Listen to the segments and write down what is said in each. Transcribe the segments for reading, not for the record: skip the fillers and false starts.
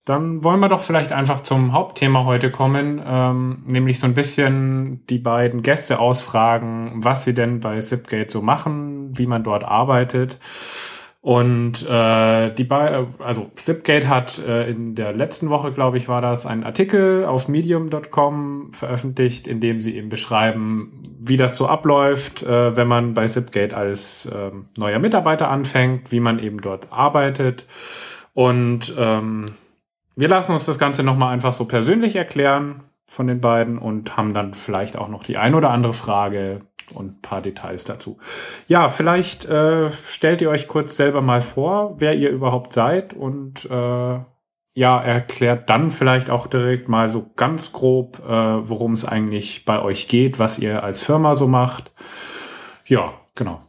Dann wollen wir doch vielleicht einfach zum Hauptthema heute kommen, nämlich so ein bisschen die beiden Gäste ausfragen, was sie denn bei Zipgate so machen, wie man dort arbeitet. Und also Zipgate hat in der letzten Woche, glaube ich, war das, einen Artikel auf medium.com veröffentlicht, in dem sie eben beschreiben, wie das so abläuft, wenn man bei Zipgate als neuer Mitarbeiter anfängt, wie man eben dort arbeitet. Und wir lassen uns das Ganze nochmal einfach so persönlich erklären von den beiden und haben dann vielleicht auch noch die ein oder andere Frage und ein paar Details dazu. Ja, vielleicht stellt ihr euch kurz selber mal vor, wer ihr überhaupt seid und erklärt dann vielleicht auch direkt mal so ganz grob, worum es eigentlich bei euch geht, was ihr als Firma so macht. Ja, genau.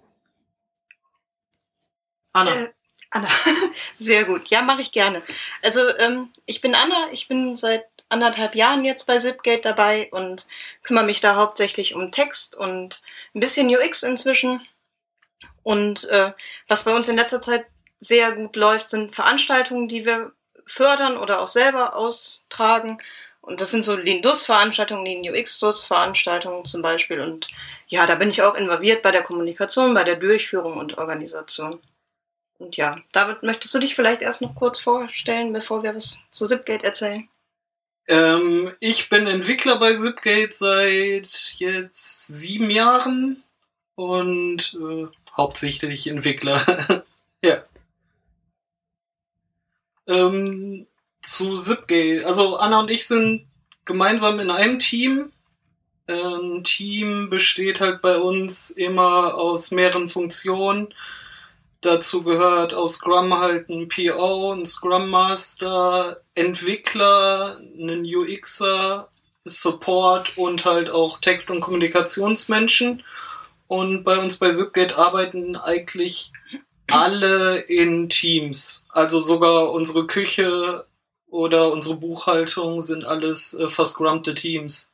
Anna, sehr gut. Ja, mache ich gerne. Also ich bin Anna, ich bin seit 1,5 Jahren jetzt bei Zipgate dabei und kümmere mich da hauptsächlich um Text und ein bisschen UX inzwischen. Und was bei uns in letzter Zeit sehr gut läuft, sind Veranstaltungen, die wir fördern oder auch selber austragen. Und das sind so Lean-Dus-Veranstaltungen, Lean-UX-Dus-Veranstaltungen zum Beispiel. Und ja, da bin ich auch involviert bei der Kommunikation, bei der Durchführung und Organisation. Und ja, David, möchtest du dich vielleicht erst noch kurz vorstellen, bevor wir was zu Zipgate erzählen? Ich bin Entwickler bei Zipgate seit jetzt 7 Jahren und hauptsächlich Entwickler. Ja. Zu Zipgate. Also Anna und ich sind gemeinsam in einem Team. Ein Team besteht halt bei uns immer aus mehreren Funktionen. Dazu gehört aus Scrum halt ein PO, ein Scrum Master, Entwickler, ein UXer, Support und halt auch Text- und Kommunikationsmenschen. Und bei uns bei Zipgate arbeiten eigentlich alle in Teams. Also sogar unsere Küche oder unsere Buchhaltung sind alles verscrumpte Teams.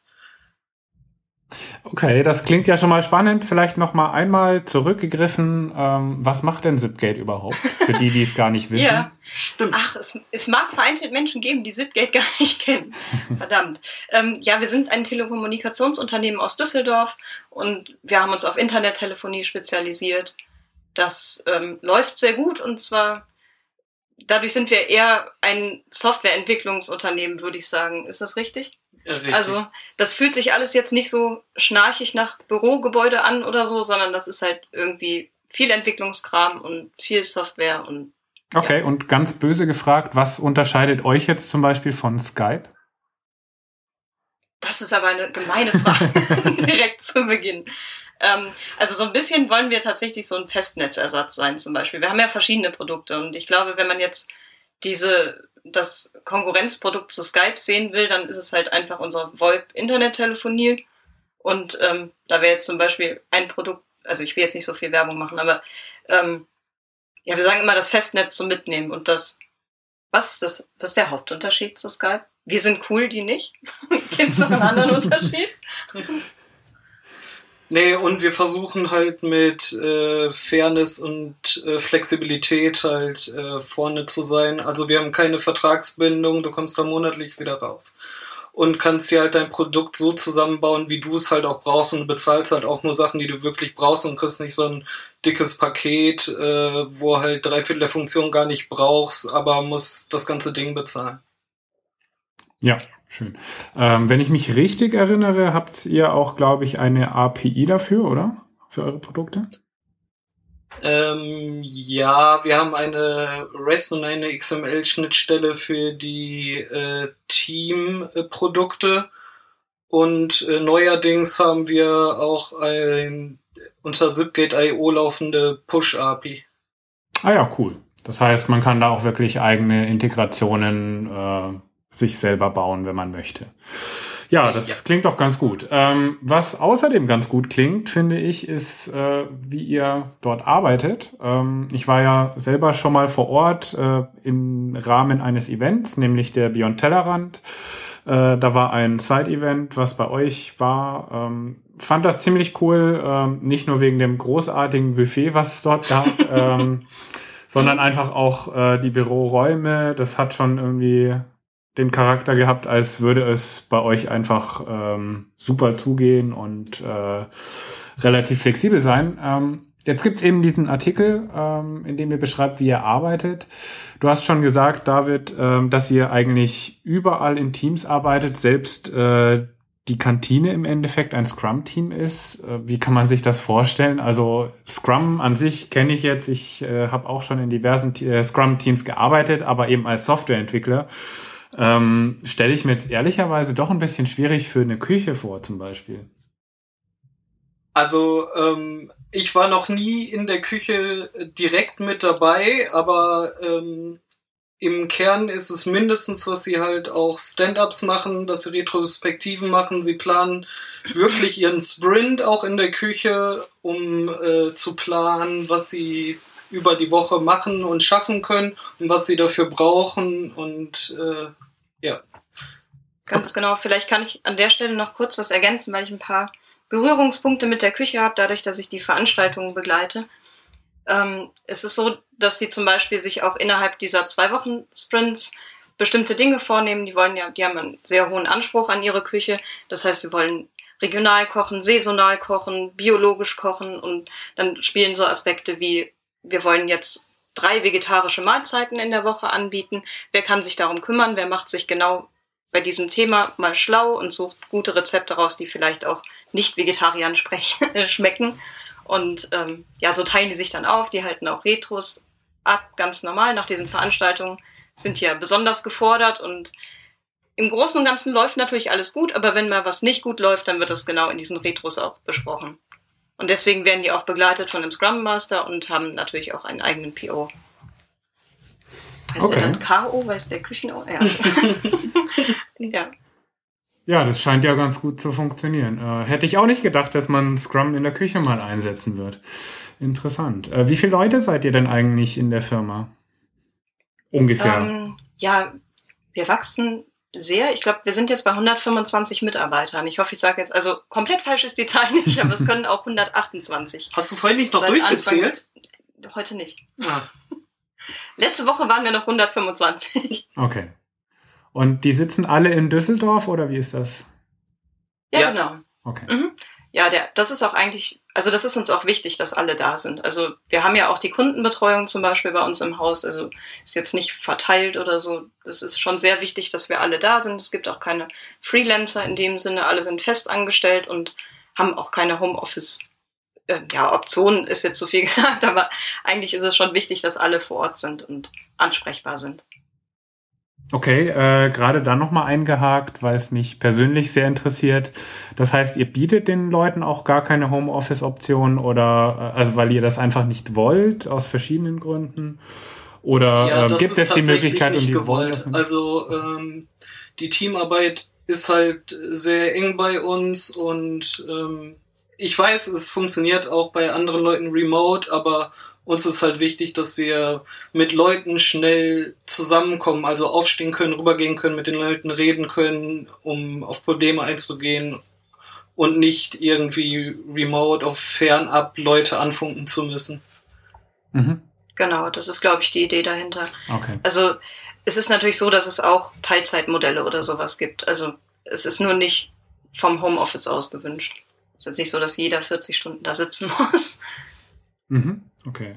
Okay, das klingt ja schon mal spannend. Vielleicht noch mal einmal zurückgegriffen. Was macht denn Zipgate überhaupt? Für die, die es gar nicht wissen. Ja, stimmt. Ach, es mag vereinzelt Menschen geben, die Zipgate gar nicht kennen. Verdammt. Ja, wir sind ein Telekommunikationsunternehmen aus Düsseldorf und wir haben uns auf Internettelefonie spezialisiert. Das läuft sehr gut und zwar dadurch sind wir eher ein Softwareentwicklungsunternehmen, würde ich sagen. Ist das richtig? Richtig. Also das fühlt sich alles jetzt nicht so schnarchig nach Bürogebäude an oder so, sondern das ist halt irgendwie viel Entwicklungskram und viel Software. Und ja. Okay, und ganz böse gefragt, was unterscheidet euch jetzt zum Beispiel von Skype? Das ist aber eine gemeine Frage direkt zu Beginn. Also so ein bisschen wollen wir tatsächlich so ein Festnetzersatz sein zum Beispiel. Wir haben ja verschiedene Produkte und ich glaube, wenn man jetzt das Konkurrenzprodukt zu Skype sehen will, dann ist es halt einfach unsere VoIP-Internettelefonie. Und da wäre jetzt zum Beispiel ein Produkt, also ich will jetzt nicht so viel Werbung machen, aber ja, wir sagen immer das Festnetz zum Mitnehmen. Und was ist der Hauptunterschied zu Skype? Wir sind cool, die nicht. Gibt es noch einen anderen Unterschied? Nee, und wir versuchen halt mit Fairness und Flexibilität halt vorne zu sein. Also wir haben keine Vertragsbindung, du kommst da monatlich wieder raus. Und kannst dir halt dein Produkt so zusammenbauen, wie du es halt auch brauchst und bezahlst halt auch nur Sachen, die du wirklich brauchst und kriegst nicht so ein dickes Paket, wo halt 3/4 der Funktion gar nicht brauchst, aber musst das ganze Ding bezahlen. Ja, schön. Wenn ich mich richtig erinnere, habt ihr auch, glaube ich, eine API dafür, oder? Für eure Produkte? Ja, wir haben eine REST und eine XML-Schnittstelle für die Team-Produkte und neuerdings haben wir auch ein unter Zipgate.io laufende Push-API. Ah ja, cool. Das heißt, man kann da auch wirklich eigene Integrationen sich selber bauen, wenn man möchte. Ja, das klingt doch ganz gut. Was außerdem ganz gut klingt, finde ich, ist, wie ihr dort arbeitet. Ich war ja selber schon mal vor Ort im Rahmen eines Events, nämlich der Beyond Tellerrand. Da war ein Side-Event, was bei euch war. Fand das ziemlich cool, nicht nur wegen dem großartigen Buffet, was es dort gab, sondern einfach auch die Büroräume. Das hat schon irgendwie den Charakter gehabt, als würde es bei euch einfach super zugehen und relativ flexibel sein. Jetzt gibt's eben diesen Artikel, in dem ihr beschreibt, wie ihr arbeitet. Du hast schon gesagt, David, dass ihr eigentlich überall in Teams arbeitet, selbst die Kantine im Endeffekt ein Scrum-Team ist. Wie kann man sich das vorstellen? Also Scrum an sich kenne ich jetzt. Ich habe auch schon in diversen Scrum-Teams gearbeitet, aber eben als Softwareentwickler stelle ich mir jetzt ehrlicherweise doch ein bisschen schwierig für eine Küche vor, zum Beispiel. Also ich war noch nie in der Küche direkt mit dabei, aber im Kern ist es mindestens, dass sie halt auch Stand-ups machen, dass sie Retrospektiven machen. Sie planen wirklich ihren Sprint auch in der Küche, um zu planen, was sie über die Woche machen und schaffen können und was sie dafür brauchen und ja. Ganz genau. Vielleicht kann ich an der Stelle noch kurz was ergänzen, weil ich ein paar Berührungspunkte mit der Küche habe, dadurch, dass ich die Veranstaltungen begleite. Es ist so, dass die zum Beispiel sich auch innerhalb dieser 2 Wochen Sprints bestimmte Dinge vornehmen. Die haben einen sehr hohen Anspruch an ihre Küche. Das heißt, sie wollen regional kochen, saisonal kochen, biologisch kochen und dann spielen so Aspekte wie, wir wollen jetzt 3 vegetarische Mahlzeiten in der Woche anbieten. Wer kann sich darum kümmern? Wer macht sich genau bei diesem Thema mal schlau und sucht gute Rezepte raus, die vielleicht auch nicht Vegetariern schmecken. Und so teilen die sich dann auf, die halten auch Retros ab, ganz normal. Nach diesen Veranstaltungen sind ja besonders gefordert und im Großen und Ganzen läuft natürlich alles gut, aber wenn mal was nicht gut läuft, dann wird das genau in diesen Retros auch besprochen. Und deswegen werden die auch begleitet von einem Scrum Master und haben natürlich auch einen eigenen PO. Heißt der dann KO, weil es der Küchen... Ja. Ja. Ja, das scheint ja ganz gut zu funktionieren. Hätte ich auch nicht gedacht, dass man Scrum in der Küche mal einsetzen wird. Interessant. Wie viele Leute seid ihr denn eigentlich in der Firma? Ungefähr. Wir wachsen sehr. Ich glaube, wir sind jetzt bei 125 Mitarbeitern. Ich hoffe, ich sage jetzt, also komplett falsch ist die Zahl nicht, aber es können auch 128. Hast du vorhin nicht noch durchgezählt? Heute nicht. Ah. Letzte Woche waren wir noch 125. Okay. Und die sitzen alle in Düsseldorf oder wie ist das? Ja. Genau. Okay. Mhm. Ja, das ist auch eigentlich, also das ist uns auch wichtig, dass alle da sind. Also wir haben ja auch die Kundenbetreuung zum Beispiel bei uns im Haus, also ist jetzt nicht verteilt oder so. Das ist schon sehr wichtig, dass wir alle da sind. Es gibt auch keine Freelancer in dem Sinne, alle sind fest angestellt und haben auch keine Homeoffice. Optionen ist jetzt zu viel gesagt, aber eigentlich ist es schon wichtig, dass alle vor Ort sind und ansprechbar sind. Okay, gerade dann nochmal eingehakt, weil es mich persönlich sehr interessiert. Das heißt, ihr bietet den Leuten auch gar keine Homeoffice-Option oder, also weil ihr das einfach nicht wollt, aus verschiedenen Gründen? Oder gibt es die Möglichkeit, nicht gewollt. Also die Teamarbeit ist halt sehr eng bei uns und ich weiß, es funktioniert auch bei anderen Leuten remote, aber uns ist halt wichtig, dass wir mit Leuten schnell zusammenkommen, also aufstehen können, rübergehen können, mit den Leuten reden können, um auf Probleme einzugehen und nicht irgendwie remote auf fernab Leute anfunken zu müssen. Mhm. Genau, das ist, glaube ich, die Idee dahinter. Okay. Also es ist natürlich so, dass es auch Teilzeitmodelle oder sowas gibt. Also es ist nur nicht vom Homeoffice aus gewünscht. Es ist jetzt nicht so, dass jeder 40 Stunden da sitzen muss. Mhm. Okay.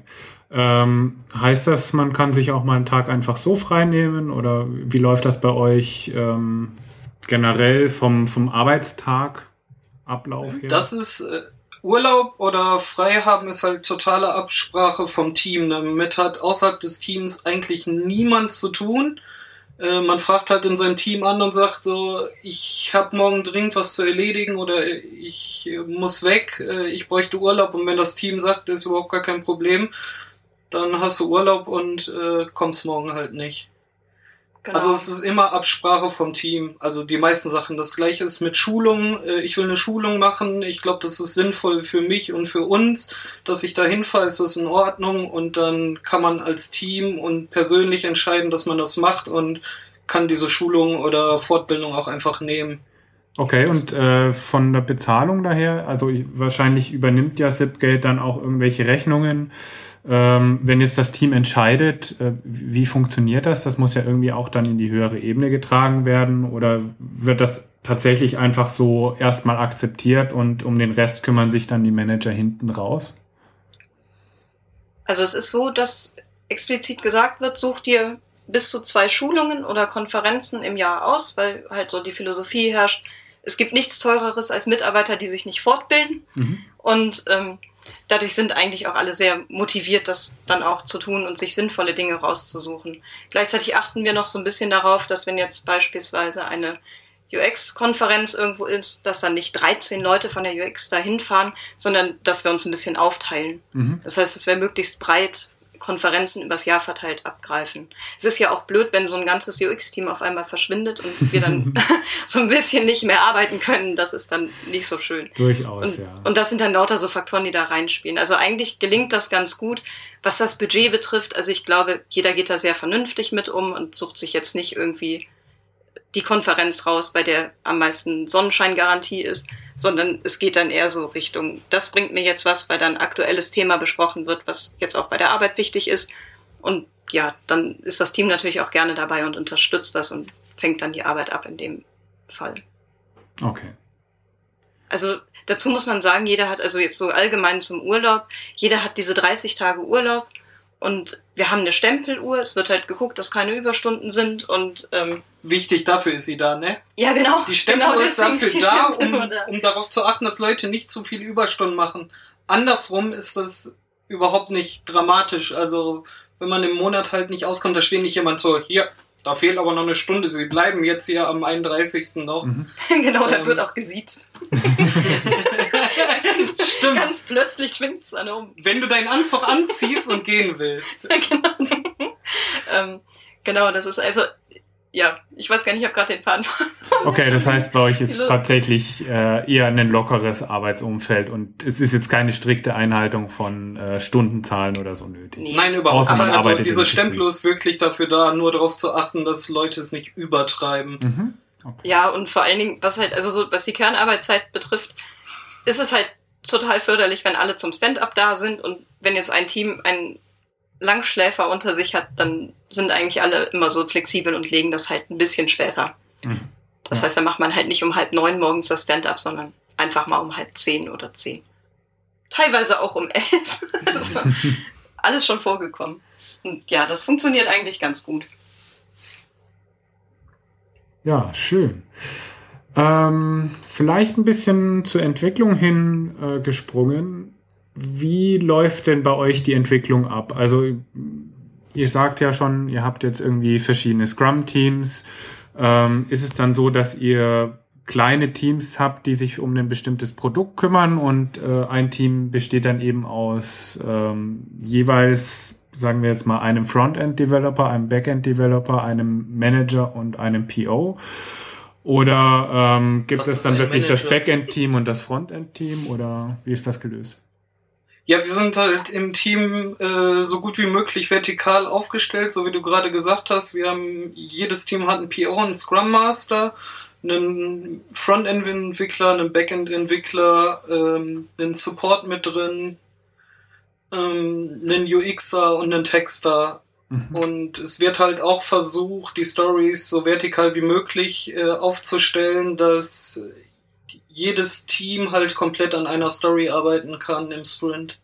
Heißt das, man kann sich auch mal einen Tag einfach so frei nehmen oder wie läuft das bei euch generell vom Arbeitstag Ablauf her? Das ist Urlaub oder frei haben ist halt totale Absprache vom Team. Damit hat außerhalb des Teams eigentlich niemand zu tun. Man fragt halt in seinem Team an und sagt so, ich habe morgen dringend was zu erledigen oder ich muss weg, ich bräuchte Urlaub. Und wenn das Team sagt, das ist überhaupt gar kein Problem, dann hast du Urlaub und kommst morgen halt nicht. Genau. Also es ist immer Absprache vom Team. Also die meisten Sachen. Das Gleiche ist mit Schulungen. Ich will eine Schulung machen. Ich glaube, das ist sinnvoll für mich und für uns, dass ich da hinfahre. Ist das in Ordnung? Und dann kann man als Team und persönlich entscheiden, dass man das macht und kann diese Schulung oder Fortbildung auch einfach nehmen. Okay, und von der Bezahlung daher, also wahrscheinlich übernimmt ja Zipgate dann auch irgendwelche Rechnungen. Wenn jetzt das Team entscheidet, wie funktioniert das? Das muss ja irgendwie auch dann in die höhere Ebene getragen werden, oder wird das tatsächlich einfach so erstmal akzeptiert und um den Rest kümmern sich dann die Manager hinten raus? Also es ist so, dass explizit gesagt wird, such dir bis zu 2 Schulungen oder Konferenzen im Jahr aus, weil halt so die Philosophie herrscht, es gibt nichts Teureres als Mitarbeiter, die sich nicht fortbilden. Und dadurch sind eigentlich auch alle sehr motiviert, das dann auch zu tun und sich sinnvolle Dinge rauszusuchen. Gleichzeitig achten wir noch so ein bisschen darauf, dass wenn jetzt beispielsweise eine UX-Konferenz irgendwo ist, dass dann nicht 13 Leute von der UX dahin fahren, sondern dass wir uns ein bisschen aufteilen. Das heißt, dass wir möglichst breit Konferenzen übers Jahr verteilt abgreifen. Es ist ja auch blöd, wenn so ein ganzes UX-Team auf einmal verschwindet und wir dann so ein bisschen nicht mehr arbeiten können. Das ist dann nicht so schön. Durchaus, Und das sind dann lauter so Faktoren, die da reinspielen. Also eigentlich gelingt das ganz gut. Was das Budget betrifft, also ich glaube, jeder geht da sehr vernünftig mit um und sucht sich jetzt nicht irgendwie die Konferenz raus, bei der am meisten Sonnenscheingarantie ist, sondern es geht dann eher so Richtung, das bringt mir jetzt was, weil dann ein aktuelles Thema besprochen wird, was jetzt auch bei der Arbeit wichtig ist. Und ja, dann ist das Team natürlich auch gerne dabei und unterstützt das und fängt dann die Arbeit ab in dem Fall. Okay. Also dazu muss man sagen, jeder hat, also jetzt so allgemein zum Urlaub, jeder hat diese 30 Tage Urlaub. Und wir haben eine Stempeluhr, es wird halt geguckt, dass keine Überstunden sind und wichtig, dafür ist sie da, ne? Ja, genau. Die Stempeluhr ist dafür da, um da. darauf zu achten, dass Leute nicht zu viele Überstunden machen. Andersrum ist das überhaupt nicht dramatisch. Also wenn man im Monat halt nicht auskommt, da steht nicht jemand so, hier, da fehlt aber noch eine Stunde, Sie bleiben jetzt hier am 31. noch. Genau, da wird auch gesiezt. Stimmt. Ganz plötzlich schwingt es dann um. Wenn du deinen Anzug anziehst und gehen willst. Genau, das ist also, ja, ich weiß gar nicht, ich habe gerade den Faden verloren. Okay, das heißt, bei euch ist tatsächlich eher ein lockeres Arbeitsumfeld und es ist jetzt keine strikte Einhaltung von Stundenzahlen oder so nötig. Nee. Nein, überhaupt nicht. Also diese Stempel Stempel ist wirklich dafür da, nur darauf zu achten, dass Leute es nicht übertreiben. Okay. Ja, und vor allen Dingen, was halt, also so, was die Kernarbeitszeit betrifft, ist es halt total förderlich, wenn alle zum Stand-up da sind und wenn jetzt ein Team einen Langschläfer unter sich hat, dann sind eigentlich alle immer so flexibel und legen das halt ein bisschen später. Das heißt, dann macht man halt nicht um 8:30 morgens das Stand-up, sondern einfach mal um 9:30 oder 10. Teilweise auch um 11. Also, alles schon vorgekommen. Und ja, das funktioniert eigentlich ganz gut. Ja, schön. Vielleicht ein bisschen zur Entwicklung hin gesprungen. Wie läuft denn bei euch die Entwicklung ab? Also ihr sagt ja schon, ihr habt jetzt irgendwie verschiedene Scrum-Teams. Ist es dann so, dass ihr kleine Teams habt, die sich um ein bestimmtes Produkt kümmern und ein Team besteht dann eben aus jeweils, sagen wir jetzt mal, einem Frontend-Developer, einem Backend-Developer, einem Manager und einem PO? Oder gibt es dann wirklich das Backend-Team und das Frontend-Team oder wie ist das gelöst? Ja, wir sind halt im Team so gut wie möglich vertikal aufgestellt, so wie du gerade gesagt hast. Jedes Team hat einen PO, einen Scrum Master, einen Frontend-Entwickler, einen Backend-Entwickler, einen Support mit drin, einen UXer und einen Texter. Und es wird halt auch versucht, die Stories so vertikal wie möglich aufzustellen, dass jedes Team halt komplett an einer Story arbeiten kann im Sprint.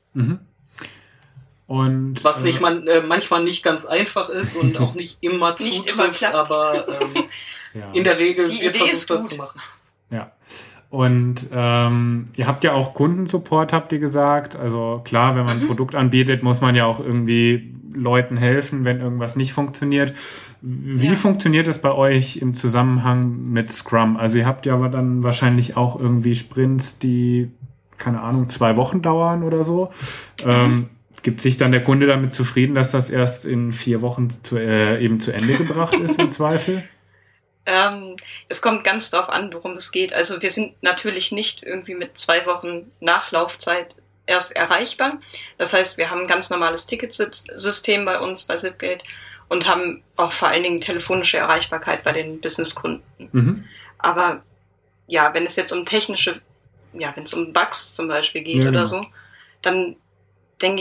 Und, was nicht manchmal nicht ganz einfach ist und auch nicht immer zutrifft, aber in der Regel wird versucht, das zu machen. Ja. Und ihr habt ja auch Kundensupport, habt ihr gesagt. Also klar, wenn man ein Produkt anbietet, muss man ja auch irgendwie Leuten helfen, wenn irgendwas nicht funktioniert. Wie funktioniert das bei euch im Zusammenhang mit Scrum? Also ihr habt ja aber dann wahrscheinlich auch irgendwie Sprints, die, keine Ahnung, 2 Wochen dauern oder so. Gibt sich dann der Kunde damit zufrieden, dass das erst in 4 Wochen eben zu Ende gebracht ist im Zweifel? Es kommt ganz darauf an, worum es geht. Also wir sind natürlich nicht irgendwie mit 2 Wochen Nachlaufzeit erst erreichbar. Das heißt, wir haben ein ganz normales Ticketsystem bei uns, bei Zipgate und haben auch vor allen Dingen telefonische Erreichbarkeit bei den Businesskunden. Aber ja, wenn es jetzt um wenn es um Bugs zum Beispiel geht oder so, dann denke ich,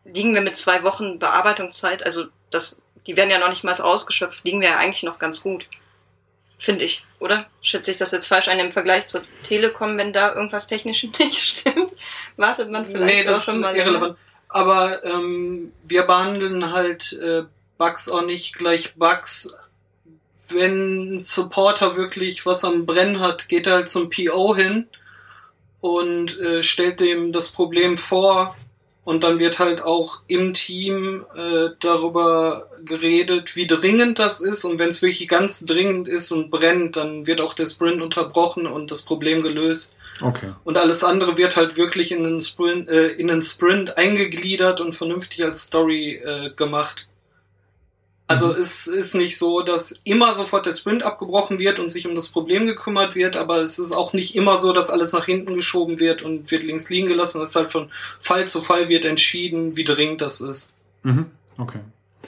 liegen wir mit 2 Wochen Bearbeitungszeit, also die werden ja noch nicht mal ausgeschöpft, liegen wir ja eigentlich noch ganz gut. Finde ich, oder? Schätze ich das jetzt falsch ein im Vergleich zur Telekom, wenn da irgendwas technisch nicht stimmt? Wartet man vielleicht auch schon mal. Nee, das ist irrelevant. Aber wir behandeln halt Bugs auch nicht gleich Bugs. Wenn ein Supporter wirklich was am Brennen hat, geht er halt zum PO hin und stellt dem das Problem vor. Und dann wird halt auch im Team darüber geredet, wie dringend das ist. Und wenn es wirklich ganz dringend ist und brennt, dann wird auch der Sprint unterbrochen und das Problem gelöst. Okay. Und alles andere wird halt wirklich in den Sprint eingegliedert und vernünftig als Story gemacht. Also es ist nicht so, dass immer sofort der Sprint abgebrochen wird und sich um das Problem gekümmert wird, aber es ist auch nicht immer so, dass alles nach hinten geschoben wird und wird links liegen gelassen. Es ist halt von Fall zu Fall wird entschieden, wie dringend das ist. Okay.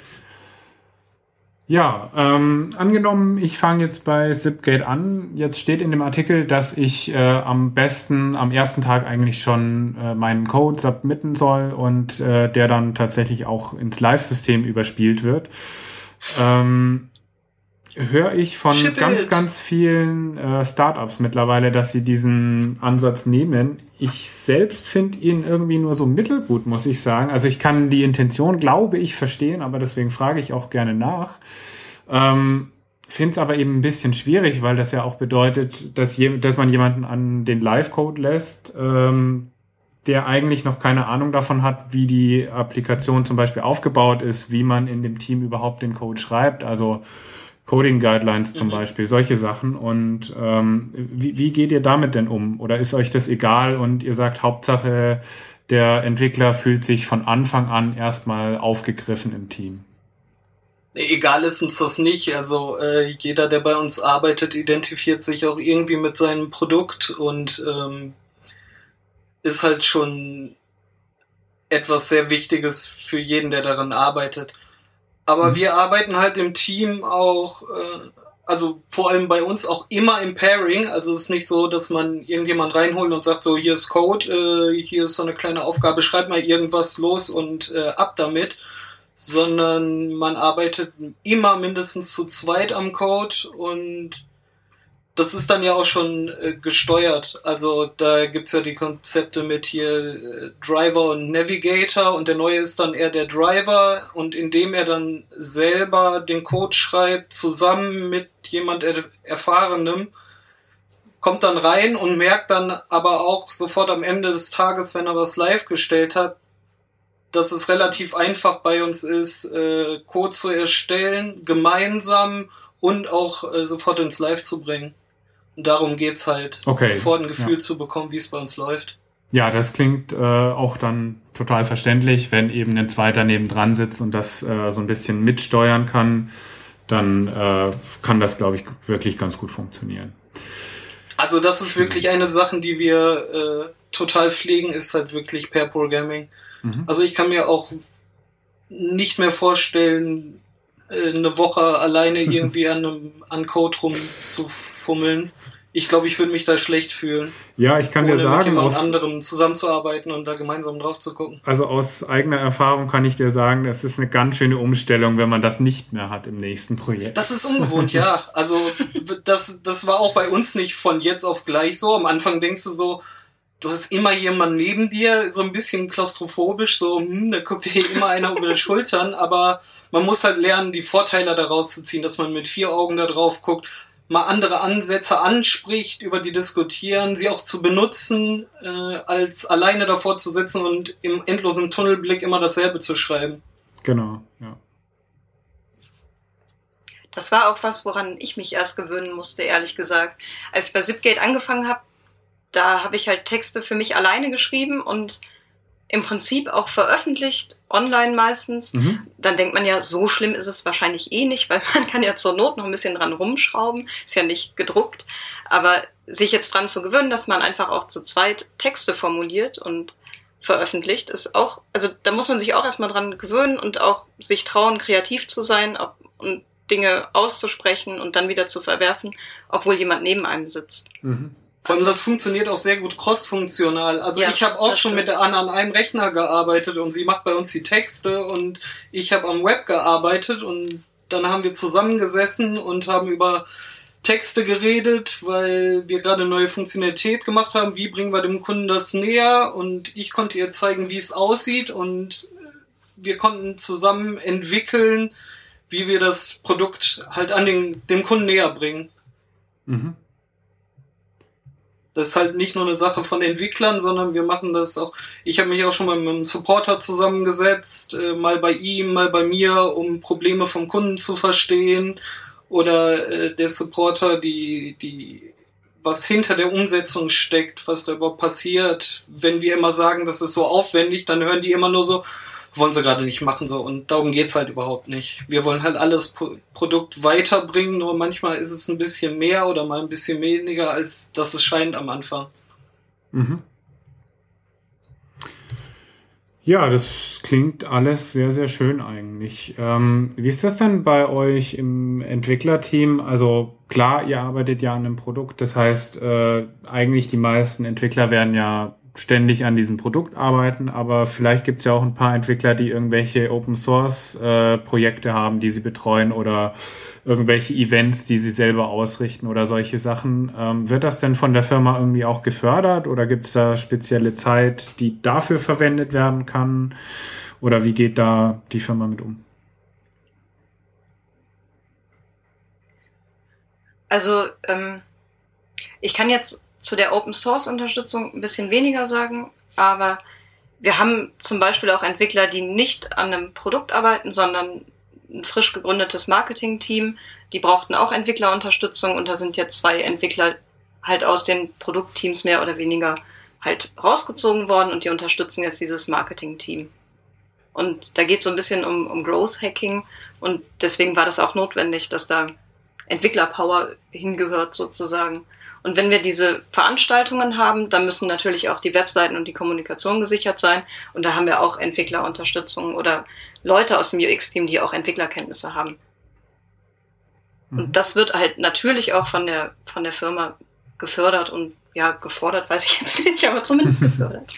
Ja, angenommen, ich fange jetzt bei Zipgate an. Jetzt steht in dem Artikel, dass ich am besten am ersten Tag eigentlich schon meinen Code submitten soll und der dann tatsächlich auch ins Live-System überspielt wird. Höre ich von ganz vielen Startups mittlerweile, dass sie diesen Ansatz nehmen. Ich selbst finde ihn irgendwie nur so mittelgut, muss ich sagen. Also ich kann die Intention, glaube ich, verstehen, aber deswegen frage ich auch gerne nach. Finde es aber eben ein bisschen schwierig, weil das ja auch bedeutet, dass man jemanden an den Live-Code lässt, der eigentlich noch keine Ahnung davon hat, wie die Applikation zum Beispiel aufgebaut ist, wie man in dem Team überhaupt den Code schreibt, also Coding Guidelines zum Beispiel, solche Sachen. Und wie geht ihr damit denn um? Oder ist euch das egal und ihr sagt, Hauptsache, der Entwickler fühlt sich von Anfang an erstmal aufgegriffen im Team? Egal ist uns das nicht. Also jeder, der bei uns arbeitet, identifiziert sich auch irgendwie mit seinem Produkt und ist halt schon etwas sehr Wichtiges für jeden, der daran arbeitet. Aber wir arbeiten halt im Team auch, also vor allem bei uns auch immer im Pairing. Also es ist nicht so, dass man irgendjemand reinholt und sagt so, hier ist Code, hier ist so eine kleine Aufgabe, schreib mal irgendwas los und ab damit. Sondern man arbeitet immer mindestens zu zweit am Code und das ist dann ja auch schon gesteuert. Also da gibt's ja die Konzepte mit hier Driver und Navigator und der neue ist dann eher der Driver und indem er dann selber den Code schreibt, zusammen mit jemand Erfahrenem, kommt dann rein und merkt dann aber auch sofort am Ende des Tages, wenn er was live gestellt hat, dass es relativ einfach bei uns ist, Code zu erstellen, gemeinsam und auch sofort ins Live zu bringen. Und darum geht's halt, sofort ein Gefühl zu bekommen, wie es bei uns läuft. Ja, das klingt auch dann total verständlich, wenn eben ein Zweiter nebendran sitzt und das so ein bisschen mitsteuern kann, dann kann das, glaube ich, wirklich ganz gut funktionieren. Also das ist wirklich eine Sache, die wir total pflegen, ist halt wirklich Pair Programming. Also ich kann mir auch nicht mehr vorstellen, eine Woche alleine irgendwie an Code rumzufummeln. Ich glaube, ich würde mich da schlecht fühlen. Ja, ich kann dir sagen, mit jemand anderem zusammenzuarbeiten und da gemeinsam drauf zu gucken. Also aus eigener Erfahrung kann ich dir sagen, es ist eine ganz schöne Umstellung, wenn man das nicht mehr hat im nächsten Projekt. Das ist ungewohnt, ja. Also das war auch bei uns nicht von jetzt auf gleich so. Am Anfang denkst du so, du hast immer jemanden neben dir, so ein bisschen klaustrophobisch, so, da guckt dir immer einer über die Schultern, aber man muss halt lernen, die Vorteile daraus zu ziehen, dass man mit 4 Augen da drauf guckt, mal andere Ansätze anspricht, über die diskutieren, sie auch zu benutzen, als alleine davor zu sitzen und im endlosen Tunnelblick immer dasselbe zu schreiben. Genau, ja. Das war auch was, woran ich mich erst gewöhnen musste, ehrlich gesagt. Als ich bei Zipgate angefangen habe, da habe ich halt Texte für mich alleine geschrieben und im Prinzip auch veröffentlicht, online meistens. Dann denkt man ja, so schlimm ist es wahrscheinlich eh nicht, weil man kann ja zur Not noch ein bisschen dran rumschrauben, ist ja nicht gedruckt. Aber sich jetzt dran zu gewöhnen, dass man einfach auch zu zweit Texte formuliert und veröffentlicht, ist auch, also da muss man sich auch erstmal dran gewöhnen und auch sich trauen, kreativ zu sein und Dinge auszusprechen und dann wieder zu verwerfen, obwohl jemand neben einem sitzt. Vor allem, das funktioniert auch sehr gut cross-funktional. Also Ja, ich habe auch das schon stimmt. mit der Anna an einem Rechner gearbeitet und sie macht bei uns die Texte und ich habe am Web gearbeitet und dann haben wir zusammengesessen und haben über Texte geredet, weil wir gerade eine neue Funktionalität gemacht haben. Wie bringen wir dem Kunden das näher? Und ich konnte ihr zeigen, wie es aussieht und wir konnten zusammen entwickeln, wie wir das Produkt halt an dem Kunden näher bringen. Mhm. Das ist halt nicht nur eine Sache von Entwicklern, sondern wir machen das auch. Ich habe mich auch schon mal mit einem Supporter zusammengesetzt, mal bei ihm, mal bei mir, um Probleme vom Kunden zu verstehen. Oder der Supporter, die was hinter der Umsetzung steckt, was da überhaupt passiert. Wenn wir immer sagen, das ist so aufwendig, dann hören die immer nur so, wollen sie gerade nicht machen, so. Und darum geht's halt überhaupt nicht. Wir wollen halt alles Produkt weiterbringen, nur manchmal ist es ein bisschen mehr oder mal ein bisschen weniger, als das es scheint am Anfang. Mhm. Ja, das klingt alles sehr, sehr schön eigentlich. Wie ist das denn bei euch im Entwicklerteam? Also klar, ihr arbeitet ja an einem Produkt, das heißt, eigentlich die meisten Entwickler werden ja ständig an diesem Produkt arbeiten, aber vielleicht gibt es ja auch ein paar Entwickler, die irgendwelche Open-Source-Projekte haben, die sie betreuen oder irgendwelche Events, die sie selber ausrichten oder solche Sachen. Wird das denn von der Firma irgendwie auch gefördert oder gibt es da spezielle Zeit, die dafür verwendet werden kann? Oder wie geht da die Firma mit um? Also ich kann jetzt zu der Open-Source-Unterstützung ein bisschen weniger sagen, aber wir haben zum Beispiel auch Entwickler, die nicht an einem Produkt arbeiten, sondern ein frisch gegründetes Marketing-Team. Die brauchten auch Entwicklerunterstützung und da sind jetzt 2 Entwickler halt aus den Produktteams mehr oder weniger halt rausgezogen worden und die unterstützen jetzt dieses Marketing-Team. Und da geht es so ein bisschen um Growth-Hacking und deswegen war das auch notwendig, dass da Entwickler-Power hingehört sozusagen. Und wenn wir diese Veranstaltungen haben, dann müssen natürlich auch die Webseiten und die Kommunikation gesichert sein. Und da haben wir auch Entwicklerunterstützung oder Leute aus dem UX-Team, die auch Entwicklerkenntnisse haben. Und das wird halt natürlich auch von der Firma gefördert und ja, gefordert, weiß ich jetzt nicht, aber zumindest gefördert.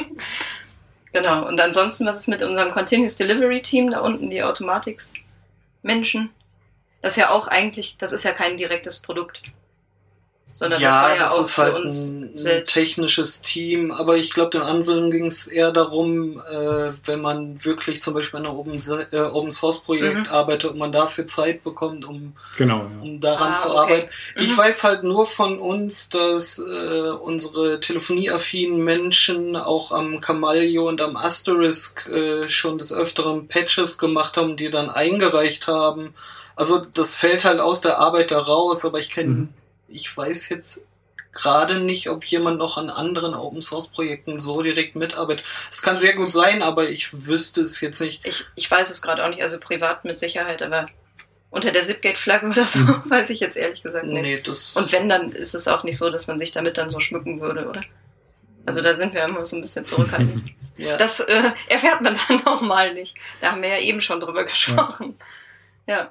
Genau. Und ansonsten, was ist mit unserem Continuous Delivery Team da unten, die Automatics-Menschen? Das ist ja auch eigentlich, das ist ja kein direktes Produkt. Sondern das war ja auch ist für halt uns ein selbst. technisches Team, aber ich glaube, den Anselm ging es eher darum, wenn man wirklich zum Beispiel an einem Open-Source-Projekt arbeitet und man dafür Zeit bekommt, um daran zu arbeiten. Ich weiß halt nur von uns, dass unsere telefonieaffinen Menschen auch am Camalio und am Asterisk schon des Öfteren Patches gemacht haben, die dann eingereicht haben. Also das fällt halt aus der Arbeit da raus, aber ich weiß jetzt gerade nicht, ob jemand noch an anderen Open-Source-Projekten so direkt mitarbeitet. Es kann sehr gut sein, aber ich wüsste es jetzt nicht. Ich weiß es gerade auch nicht, also privat mit Sicherheit, aber unter der Zipgate-Flagge oder so, weiß ich jetzt ehrlich gesagt nicht. Nee, und wenn, dann ist es auch nicht so, dass man sich damit dann so schmücken würde, oder? Also da sind wir immer so ein bisschen zurückhaltend. Ja. Das erfährt man dann auch mal nicht. Da haben wir ja eben schon drüber gesprochen. Ja.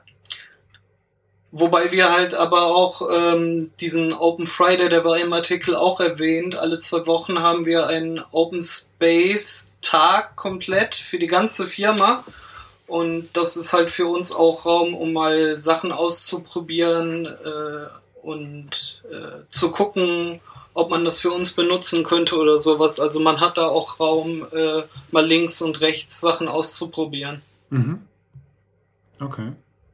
Wobei wir halt aber auch diesen Open Friday, der war im Artikel auch erwähnt, alle 2 Wochen haben wir einen Open Space Tag komplett für die ganze Firma und das ist halt für uns auch Raum, um mal Sachen auszuprobieren und zu gucken, ob man das für uns benutzen könnte oder sowas. Also man hat da auch Raum, mal links und rechts Sachen auszuprobieren. Mhm. Okay.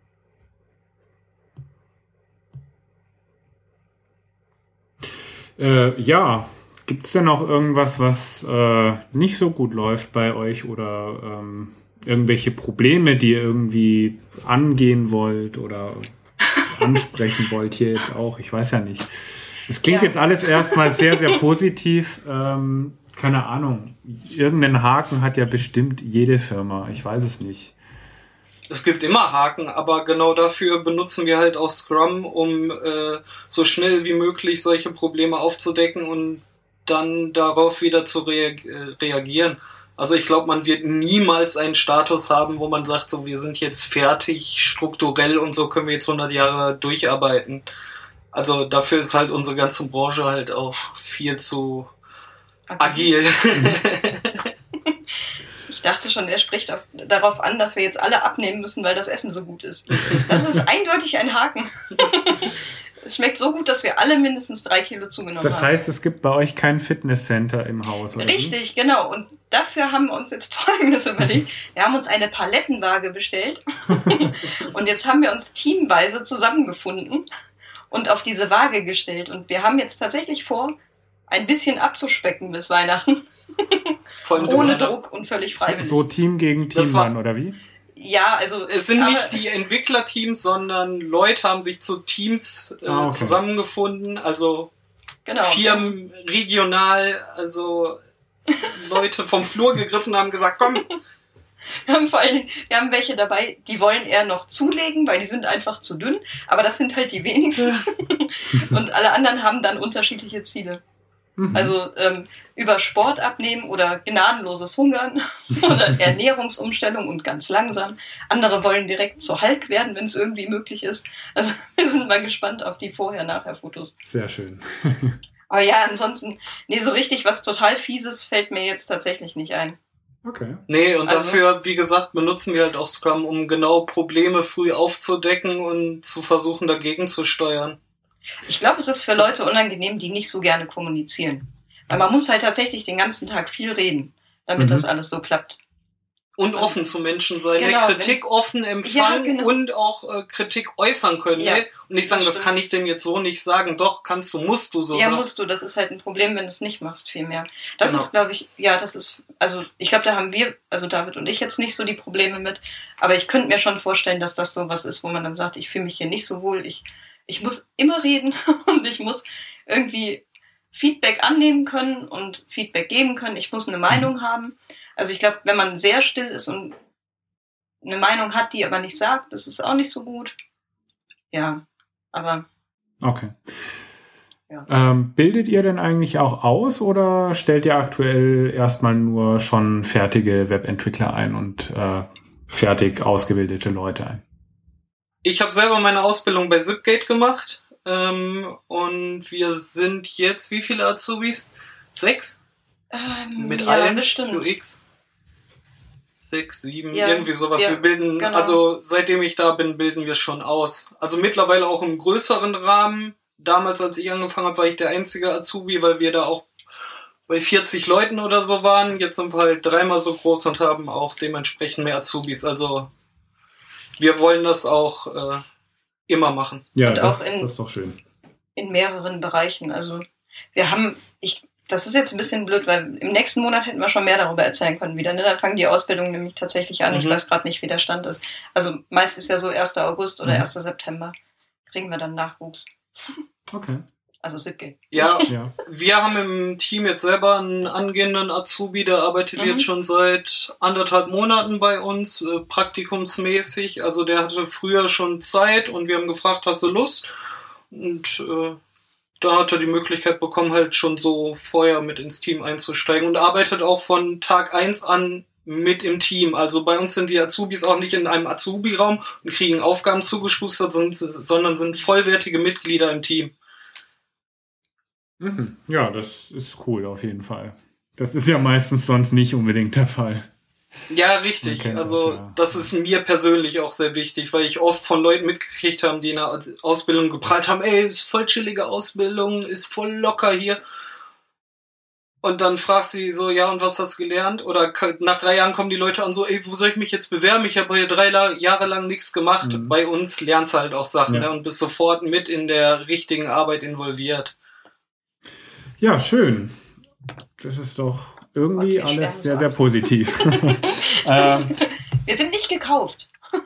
Ja, gibt es denn noch irgendwas, was nicht so gut läuft bei euch oder irgendwelche Probleme, die ihr irgendwie angehen wollt oder ansprechen wollt hier jetzt auch? Ich weiß ja nicht. Es klingt jetzt alles erstmal sehr, sehr positiv. Keine Ahnung. Irgendeinen Haken hat ja bestimmt jede Firma. Ich weiß es nicht. Es gibt immer Haken, aber genau dafür benutzen wir halt auch Scrum, um so schnell wie möglich solche Probleme aufzudecken und dann darauf wieder zu reagieren. Also ich glaube, man wird niemals einen Status haben, wo man sagt, so wir sind jetzt fertig, strukturell und so können wir jetzt 100 Jahre durcharbeiten. Also dafür ist halt unsere ganze Branche halt auch viel zu agil. Ich dachte schon, er spricht darauf an, dass wir jetzt alle abnehmen müssen, weil das Essen so gut ist. Das ist eindeutig ein Haken. Es schmeckt so gut, dass wir alle mindestens 3 Kilo zugenommen haben. Das heißt, es gibt bei euch kein Fitnesscenter im Haus, oder? Richtig, genau. Und dafür haben wir uns jetzt Folgendes überlegt. Wir haben uns eine Palettenwaage bestellt. Und jetzt haben wir uns teamweise zusammengefunden und auf diese Waage gestellt. Und wir haben jetzt tatsächlich vor, ein bisschen abzuspecken bis Weihnachten. Ohne Druck und völlig freiwillig. So Team gegen Team dann, oder wie? Ja, also... Es sind nicht die Entwicklerteams, sondern Leute haben sich zu Teams zusammengefunden. Also genau, Firmen regional, also Leute vom Flur gegriffen haben gesagt, komm. Wir haben welche dabei, die wollen eher noch zulegen, weil die sind einfach zu dünn. Aber das sind halt die wenigsten. Und alle anderen haben dann unterschiedliche Ziele. Also über Sport abnehmen oder gnadenloses Hungern oder Ernährungsumstellung und ganz langsam. Andere wollen direkt zu Hulk werden, wenn es irgendwie möglich ist. Also wir sind mal gespannt auf die Vorher-Nachher-Fotos. Sehr schön. Aber ja, ansonsten, so richtig was total Fieses fällt mir jetzt tatsächlich nicht ein. Okay. Nee, und dafür, wie gesagt, benutzen wir halt auch Scrum, um genau Probleme früh aufzudecken und zu versuchen, dagegen zu steuern. Ich glaube, es ist für Leute unangenehm, die nicht so gerne kommunizieren. Weil man muss halt tatsächlich den ganzen Tag viel reden, damit das alles so klappt. Und offen zu Menschen sein, genau, Kritik offen empfangen und auch Kritik äußern können. Ja, und nicht sagen, das kann ich dem jetzt so nicht sagen. Doch, kannst du, musst du so. Ja, musst du. Das ist halt ein Problem, wenn du es nicht machst, viel mehr. Das ist, glaube ich, ich glaube, da haben wir, also David und ich jetzt nicht so die Probleme mit. Aber ich könnte mir schon vorstellen, dass das so was ist, wo man dann sagt, ich fühle mich hier nicht so wohl, ich muss immer reden und ich muss irgendwie Feedback annehmen können und Feedback geben können. Ich muss eine Meinung haben. Also ich glaube, wenn man sehr still ist und eine Meinung hat, die aber nicht sagt, das ist auch nicht so gut. Ja, aber... Okay. Ja. Bildet ihr denn eigentlich auch aus oder stellt ihr aktuell erstmal nur schon fertige Webentwickler ein und fertig ausgebildete Leute ein? Ich habe selber meine Ausbildung bei Zipgate gemacht und wir sind jetzt, wie viele Azubis? 6? Mit allen? Bestimmt. UX? 6, 7, ja, irgendwie sowas. Wir bilden, genau. Also seitdem ich da bin, bilden wir schon aus. Also mittlerweile auch im größeren Rahmen. Damals, als ich angefangen habe, war ich der einzige Azubi, weil wir da auch bei 40 Leuten oder so waren. Jetzt sind wir halt 3-mal so groß und haben auch dementsprechend mehr Azubis. Also wir wollen das auch immer machen. Ja, und das auch ist doch schön. In mehreren Bereichen. Also wir haben, das ist jetzt ein bisschen blöd, weil im nächsten Monat hätten wir schon mehr darüber erzählen können wieder. Ne? Dann fangen die Ausbildungen nämlich tatsächlich an. Ich weiß gerade nicht, wie der Stand ist. Also meist ist ja so 1. August oder 1. September. Kriegen wir dann Nachwuchs. Okay. Also Zipgate. Ja, wir haben im Team jetzt selber einen angehenden Azubi, der arbeitet jetzt schon seit 1,5 Monaten bei uns, praktikumsmäßig. Also der hatte früher schon Zeit und wir haben gefragt, hast du Lust? Und da hat er die Möglichkeit bekommen, halt schon so vorher mit ins Team einzusteigen und arbeitet auch von Tag 1 an mit im Team. Also bei uns sind die Azubis auch nicht in einem Azubi-Raum und kriegen Aufgaben zugeschustert, sondern sind vollwertige Mitglieder im Team. Ja, das ist cool auf jeden Fall. Das ist ja meistens sonst nicht unbedingt der Fall. Ja, richtig. Also das ist mir persönlich auch sehr wichtig, weil ich oft von Leuten mitgekriegt habe, die in der Ausbildung geprahlt haben, ey, ist voll chillige Ausbildung, ist voll locker hier. Und dann fragst du sie so, ja, und was hast du gelernt? Oder nach 3 Jahren kommen die Leute an so, ey, wo soll ich mich jetzt bewerben? Ich habe hier 3 Jahre lang nichts gemacht. Bei uns lernst du halt auch Sachen, ne? Und bist sofort mit in der richtigen Arbeit involviert. Ja, schön. Das ist doch irgendwie alles sehr, sehr positiv. Wir sind nicht gekauft.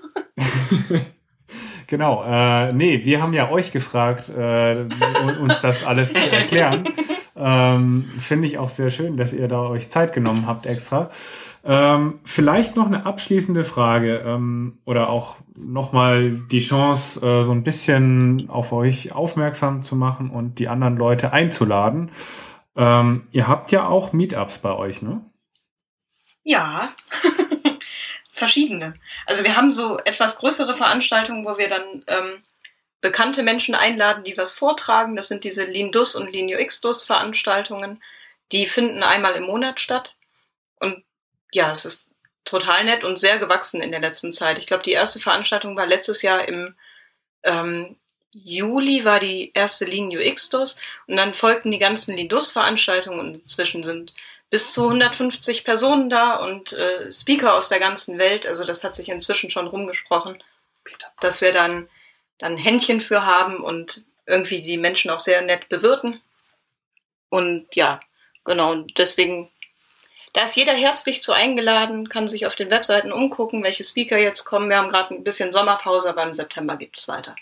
Genau. Wir haben ja euch gefragt, uns das alles zu erklären. Finde ich auch sehr schön, dass ihr da euch Zeit genommen habt extra. Vielleicht noch eine abschließende Frage oder auch nochmal die Chance, so ein bisschen auf euch aufmerksam zu machen und die anderen Leute einzuladen. Ihr habt ja auch Meetups bei euch, ne? Ja, verschiedene. Also wir haben so etwas größere Veranstaltungen, wo wir dann bekannte Menschen einladen, die was vortragen. Das sind diese Lean-Dus und Lean-UX-Dus-Veranstaltungen. Die finden einmal im Monat statt. Und ja, es ist total nett und sehr gewachsen in der letzten Zeit. Ich glaube, die erste Veranstaltung war letztes Jahr im Juli, war die erste Lean-UX-Dus. Und dann folgten die ganzen Lean-Dus-Veranstaltungen und inzwischen sind bis zu 150 Personen da und Speaker aus der ganzen Welt. Also das hat sich inzwischen schon rumgesprochen, dass wir dann Händchen für haben und irgendwie die Menschen auch sehr nett bewirten. Und ja, genau, deswegen, da ist jeder herzlich zu eingeladen, kann sich auf den Webseiten umgucken, welche Speaker jetzt kommen. Wir haben gerade ein bisschen Sommerpause, aber im September geht es weiter.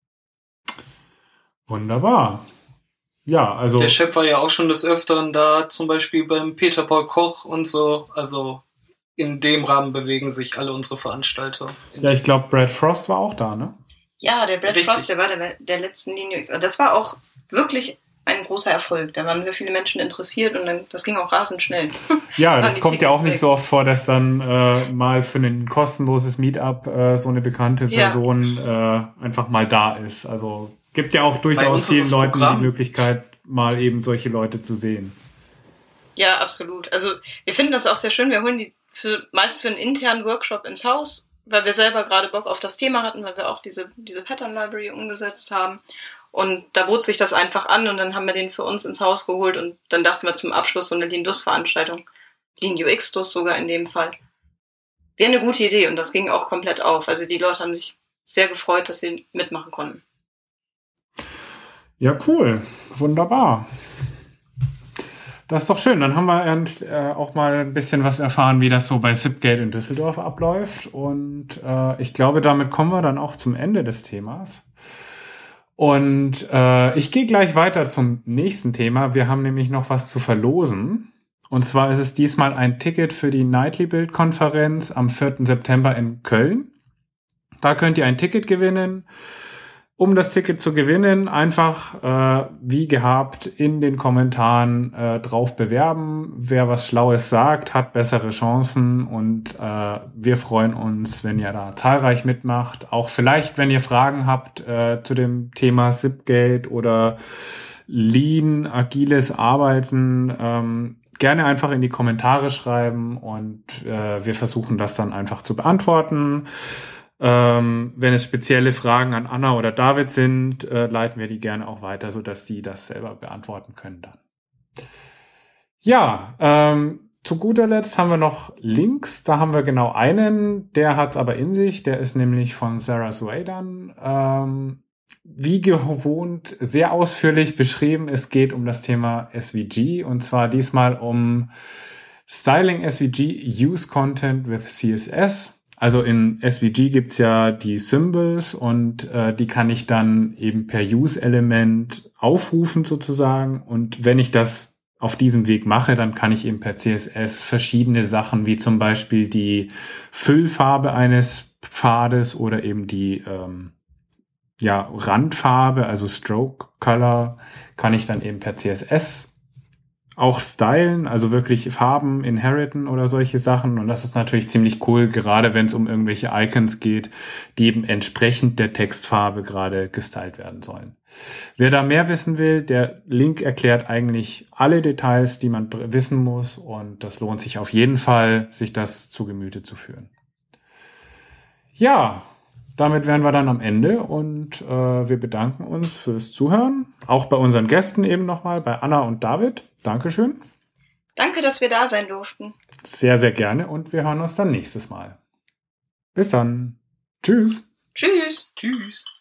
Wunderbar. Ja, also... Der Chef war ja auch schon des Öfteren da, zum Beispiel beim Peter Paul Koch und so. Also in dem Rahmen bewegen sich alle unsere Veranstalter. Ja, ich glaube, Brad Frost war auch da, ne? Ja, der Brad Frost, der war der letzten Lean-UX. Das war auch wirklich ein großer Erfolg. Da waren sehr viele Menschen interessiert und das ging auch rasend schnell. Ja, das kommt ja auch nicht so oft vor, dass dann mal für ein kostenloses Meetup so eine bekannte Person einfach mal da ist. Also gibt ja auch durchaus vielen Leuten die Möglichkeit, mal eben solche Leute zu sehen. Ja, absolut. Also wir finden das auch sehr schön. Wir holen die meist für einen internen Workshop ins Haus, weil wir selber gerade Bock auf das Thema hatten, weil wir auch diese Pattern Library umgesetzt haben. Und da bot sich das einfach an und dann haben wir den für uns ins Haus geholt und dann dachten wir zum Abschluss so eine Lean-Dus-Veranstaltung, Lean-UX-Dus sogar in dem Fall. Wäre eine gute Idee und das ging auch komplett auf. Also die Leute haben sich sehr gefreut, dass sie mitmachen konnten. Ja, cool. Wunderbar. Das ist doch schön. Dann haben wir auch mal ein bisschen was erfahren, wie das so bei SIPGate in Düsseldorf abläuft. Und ich glaube, damit kommen wir dann auch zum Ende des Themas. Und ich gehe gleich weiter zum nächsten Thema. Wir haben nämlich noch was zu verlosen. Und zwar ist es diesmal ein Ticket für die Nightly Build Konferenz am 4. September in Köln. Da könnt ihr ein Ticket gewinnen. Um das Ticket zu gewinnen, einfach wie gehabt in den Kommentaren drauf bewerben. Wer was Schlaues sagt, hat bessere Chancen und wir freuen uns, wenn ihr da zahlreich mitmacht. Auch vielleicht, wenn ihr Fragen habt zu dem Thema SIPGate oder Lean, agiles Arbeiten, gerne einfach in die Kommentare schreiben und wir versuchen das dann einfach zu beantworten. Wenn es spezielle Fragen an Anna oder David sind, leiten wir die gerne auch weiter, sodass die das selber beantworten können dann. Ja, zu guter Letzt haben wir noch Links. Da haben wir genau einen, der hat es aber in sich. Der ist nämlich von Sarah Swadan. Wie gewohnt, sehr ausführlich beschrieben. Es geht um das Thema SVG und zwar diesmal um Styling SVG, Use Content with CSS. Also in SVG gibt's ja die Symbols und die kann ich dann eben per Use-Element aufrufen sozusagen. Und wenn ich das auf diesem Weg mache, dann kann ich eben per CSS verschiedene Sachen, wie zum Beispiel die Füllfarbe eines Pfades oder eben die Randfarbe, also Stroke Color, kann ich dann eben per CSS auch stylen, also wirklich Farben inheriten oder solche Sachen. Und das ist natürlich ziemlich cool, gerade wenn es um irgendwelche Icons geht, die eben entsprechend der Textfarbe gerade gestylt werden sollen. Wer da mehr wissen will, der Link erklärt eigentlich alle Details, die man wissen muss. Und das lohnt sich auf jeden Fall, sich das zu Gemüte zu führen. Ja, damit wären wir dann am Ende und wir bedanken uns fürs Zuhören. Auch bei unseren Gästen eben nochmal, bei Anna und David. Dankeschön. Danke, dass wir da sein durften. Sehr, sehr gerne und wir hören uns dann nächstes Mal. Bis dann. Tschüss. Tschüss. Tschüss.